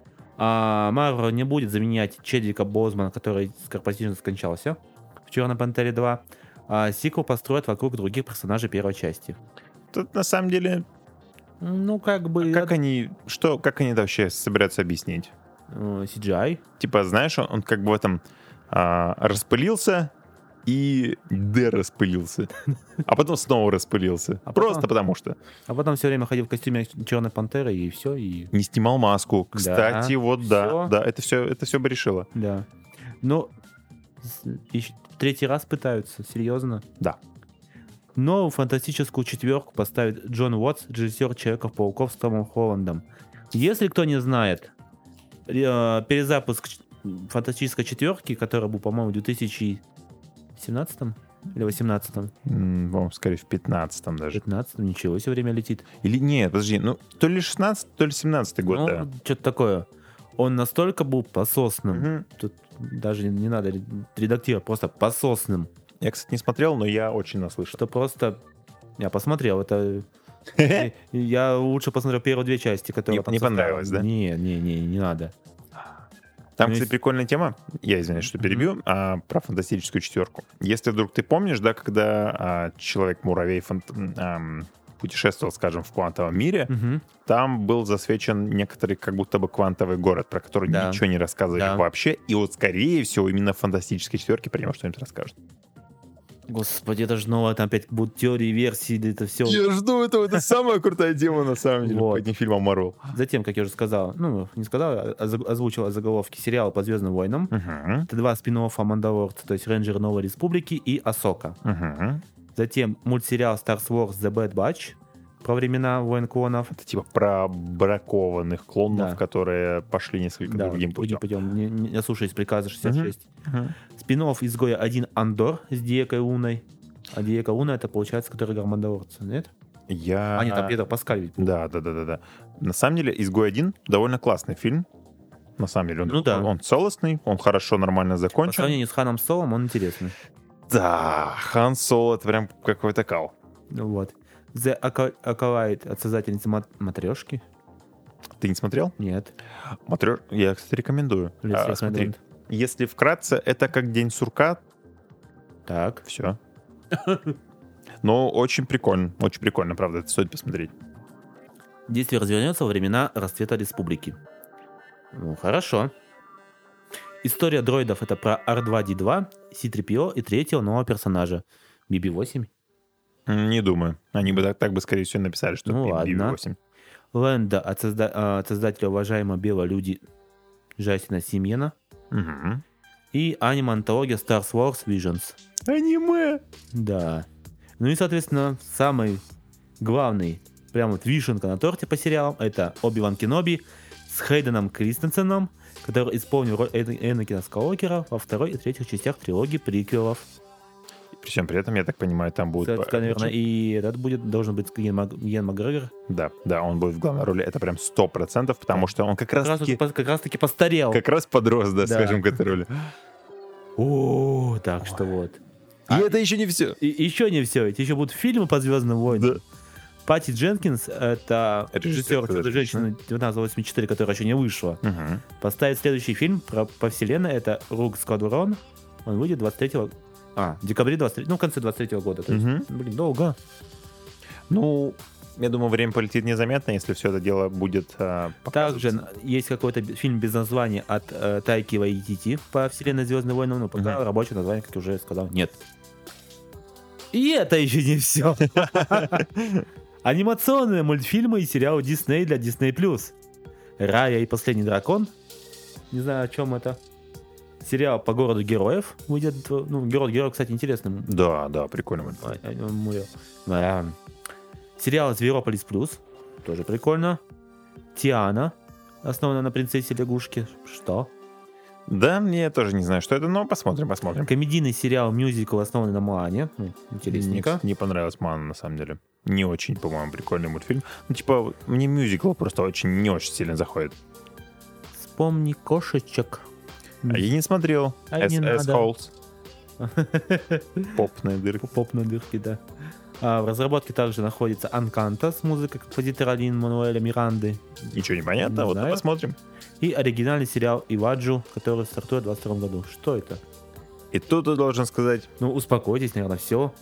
А Марвел не будет заменять Чедвика Бозмана, который скоропостижно скончался в «Черной Пантере два». А сиквел построят вокруг других персонажей первой части. Тут на самом деле, Ну, как бы... как они, что, как они это вообще собираются объяснить? э, си джи ай. Типа, знаешь, он, он как бы в этом а, распылился и дераспылился. А потом снова распылился. А Просто потом- потому что. А потом все время ходил в костюме Черной Пантеры, и все, и... Не снимал маску. Кстати, вот да, Всё. да, это все, это все бы решило. Да. Ну, с- ещё третий раз пытаются, серьезно. Да. Новую фантастическую четверку поставит Джон Уотс, режиссер Человеков-пауков с Томом Холландом. Если кто не знает, э, перезапуск ч- фантастической четверки, который был, по-моему, в две тысячи семнадцатом или восемнадцатом, М, По-моему, скорее в пятнадцатом даже. пятнадцатом, ничего, все время летит. Или нет, подожди, ну то ли шестнадцатый, то ли семнадцатый год, Ну, да. что-то такое. Он настолько был пососным, Мгм. тут даже не надо ре- редактировать, просто пососным, Я, кстати, не смотрел, но я очень наслышан. что просто... Я посмотрел, это... Я лучше посмотрел первые две части, которые Не- там не составил. понравилось, да? Не, не, не, не надо. Там, Ну, кстати, если- прикольная тема. Я извиняюсь, что перебью. а, про фантастическую четверку. Если вдруг ты помнишь, да, когда а, Человек-муравей фант- ам, путешествовал, скажем, в квантовом мире, Мгм. там был засвечен некоторый как будто бы квантовый город, про который Да. ничего не рассказывали Да. вообще. И вот, скорее всего, именно в фантастической четверке про него что-нибудь расскажут. Господи, это же новое, там опять будут теории, версии, да это все. жду этого. Это самая крутая тема, на самом деле, Вот. по этим фильмам Марвел. Затем, как я уже сказал, ну, не сказал, а оз- озвучил заголовки сериала по Звездным войнам. Это два спин-оффа Мандалорца, то есть Рейнджеры Новой Республики и Асока. Затем мультсериал Star Wars The Bad Batch про времена войн клонов. Это типа про бракованных клонов, Да. которые пошли несколько Да, другим другим путем. путем, не, не ослушаясь приказа шестьдесят шесть. Мгм. Спин-офф Изгоя один Андор с Диекой Луной. А Диека Луна это, получается, который играл Мандалорца, нет? Я... А, нет, там Петр Паскаль ведь был. Да, да, да, да, да. На самом деле, «Изгой один» довольно классный фильм. На самом деле, он, Ну да. он целостный, он хорошо, нормально По закончен. сравнению с Ханом Солом он интересный. Да, Хан Соло — это прям какой-то кал. Ну Вот. The Aco- Acolyte от создательницы Мат- Матрешки? Ты не смотрел? Нет. Матрё... Я, кстати, рекомендую. Let's А, recommend. смотри, если вкратце, это как «День сурка», Так. все. Но очень прикольно, очень прикольно, правда, это стоит посмотреть. Действие развернется во времена расцвета республики. Ну, хорошо. История дроидов это про ар два ди два, си три пи о и третьего нового персонажа. би би восемь. М, Не думаю. Они бы так, так бы, скорее всего, написали, что Ну, Би- ладно. Би Би восемь. Лэнда от, созда- а, от создателя уважаемого Белого Люди Джастина Симьена. Мгм. И аниме-антология Star Wars Visions. Аниме! Да. Ну и, соответственно, самый главный, прям вот вишенка на торте по сериалам, это Оби-Ван Кеноби с Хейденом Кристенсеном, который исполнил роль Эна- Энакина Скайуокера во второй и третьих частях трилогии приквелов. При всем при этом, я так понимаю, там будет... Кстати, наверное, и этот будет, должен быть Иэн Мак- Иэн Макгрегор. Да, да, он будет в главной роли. Это прям сто процентов, потому что он как раз, Как раз, таки, таки, по- как раз таки постарел. как раз подрос, да, Да. скажем, к этой роли. О, так что вот. И это еще не все. И еще не все, ведь еще будут фильмы по Звездным войнам. Да. Пати Дженкинс, это Режиссер, режиссер да, «Чудо-женщины» девятнадцать восемьдесят четыре, которая еще не вышла. Мгм. Поставит следующий фильм про, по вселенной, это «Рук Сквадрон». Он выйдет двадцать третьего... А, в декабре двадцать третьего, ну, в конце двадцать третьего года. То есть, Мгм. блин, долго. Ну, я думаю, время полетит незаметно, если все это дело будет а, показываться. Также есть какой-то би- фильм без названия от э, Тайки Вайтити по вселенной «Звездные войны», но пока Мгм. рабочее название, как я уже сказал, нет. И это еще не все. Анимационные мультфильмы и сериалы Disney для Disney+. Рая и последний дракон. Не знаю, о чем это. Сериал по городу героев выйдет. Ну, город героев, кстати, интересный. Да, да, прикольно. А, а, мы- а. Сериал Зверополис Плюс. Тоже прикольно. Тиана. Основана на принцессе лягушке. Что? Да, я тоже не знаю, что это, но посмотрим, посмотрим. Комедийный сериал мюзикл, основанный на Моане. Ну, Мне, интересненько. кстати, не понравилась Мана, на самом деле. Не очень, по-моему, прикольный мультфильм. Ну, типа, мне мюзикл просто очень, не очень сильно заходит. Вспомни кошечек. А я не смотрел. А не эс эс надо. Holes. Попная дырка. Поп на дырке, да. А, в разработке также находится Анканта с музыкой композитора Лин-Мануэля Миранды. Ничего не понятно, Не вот знаю. посмотрим. И оригинальный сериал Иваджу, который стартует в двадцать втором году. Что это? И тут я должен сказать... Ну, успокойтесь, наверное, все.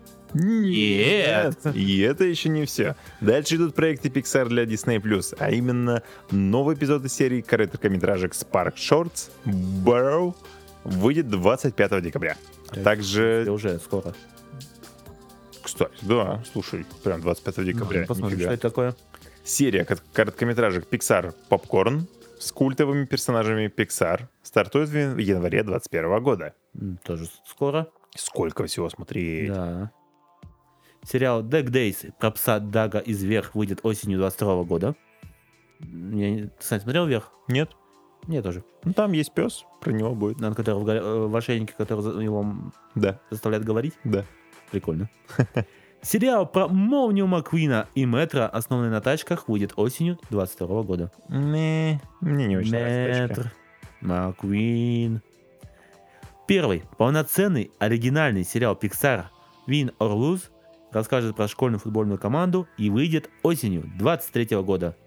Нет! И это еще не все. Дальше идут проекты Pixar для Disney+, а именно новый эпизод из серии короткометражек Spark Shorts Burrow выйдет двадцать пятого декабря. А Это также... уже скоро. Кстати, да, слушай, прям двадцать пятого декабря. Ну, посмотрим, нифига. что это такое. Серия кот- короткометражек Pixar Popcorn с культовыми персонажами Pixar стартует в январе двадцать первого года. М, Тоже скоро. Сколько всего смотреть. Да. Сериал Deck Days про пса Дага из Вверх выйдет осенью двадцать второго года. Я не- Ты, кстати, смотрел Вверх? Нет? Нет, тоже. Ну там есть пес, про него будет. На который в, га- э, в ошейнике, который за- его Да, заставляет говорить. да. Прикольно. Сериал про Молнию Маккуина и Метро, основанный на тачках, выйдет осенью двадцать второго года. Не, мне не очень нравится тачка. Метр, Маккуин. Первый полноценный оригинальный сериал Pixar Win or Lose расскажет про школьную футбольную команду и выйдет осенью двадцать третьего года.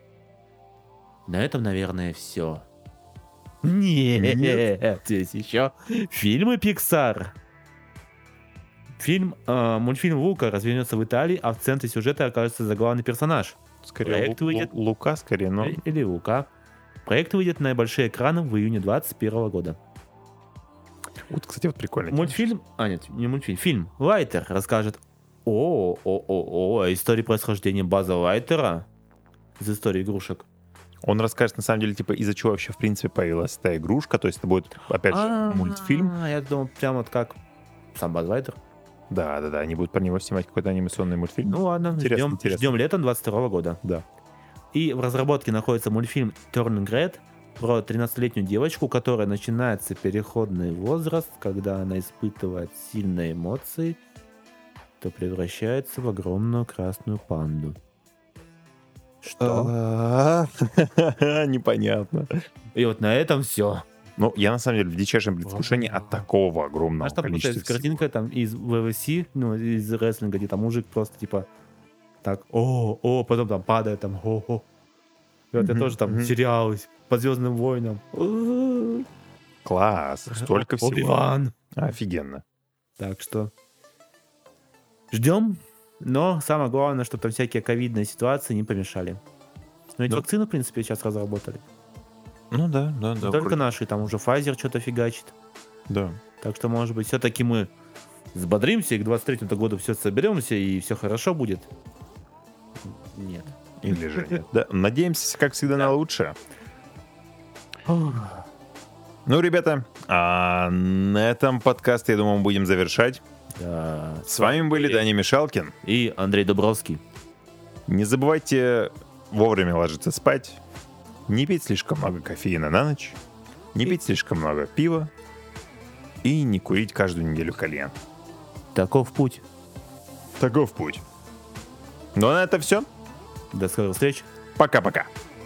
На этом, наверное, все. Нет, здесь еще фильмы Pixar. Фильм, э, мультфильм Лука развернется в Италии, а в центре сюжета окажется заглавный персонаж. Скорее, Проект Лу- выйдет. Лу- Лука, скорее, но... Или- Или Лука. Проект выйдет на большие экраны в июне двадцать первого года. Вот, кстати, вот прикольно. Мультфильм, а нет, не мультфильм, фильм Лайтер расскажет о, о, о, о, истории происхождения База Лайтера из истории игрушек. Он расскажет, на самом деле, типа, из-за чего вообще, в принципе, появилась эта игрушка. То есть это будет, опять же, А, мультфильм. Я думал, прям вот как сам Баз Лайтер. Да, да, да, они будут про него снимать какой-то анимационный мультфильм. Ну ладно, Интересно, ждем, интересно. ждем летом двадцать второго года. Да. И в разработке находится мультфильм Turning Red про тринадцатилетнюю девочку, у которой начинается переходный возраст, когда она испытывает сильные эмоции, то превращается в огромную красную панду. Что? Непонятно. И вот на этом все. Ну, я, на самом деле, в дичайшем предвкушении от такого огромного Знаешь, там количества получается картинка там из ви ви си, ну, из рестлинга, где там мужик просто типа так, о, о, потом там падает, там, о, о. И вот я Мгм, тоже там мгм. сериал по Звездным войнам. всего. Класс, столько всего. Оби-Ван. Офигенно. Так что ждем, но самое главное, чтобы там всякие ковидные ситуации не помешали. Но ведь Да. вакцину, в принципе, сейчас разработали. Ну да, да, да. Не только вроде- наши, там уже Pfizer что-то фигачит. Да. Так что, может быть, все-таки мы взбодримся и к двадцать третьему году все соберемся и все хорошо будет. Нет. Или же нет. Да, надеемся, как всегда, на лучшее. Ну, ребята, а на этом подкаст, я думаю, мы будем завершать. Да. С вами были Даня Мишалкин. И Андрей Дубровский. Не забывайте вовремя ложиться спать, не пить слишком много кофеина на ночь, не пить слишком много пива и не курить каждую неделю кальян. Таков путь. Таков путь. Ну, а на это все. До скорых встреч. Пока-пока.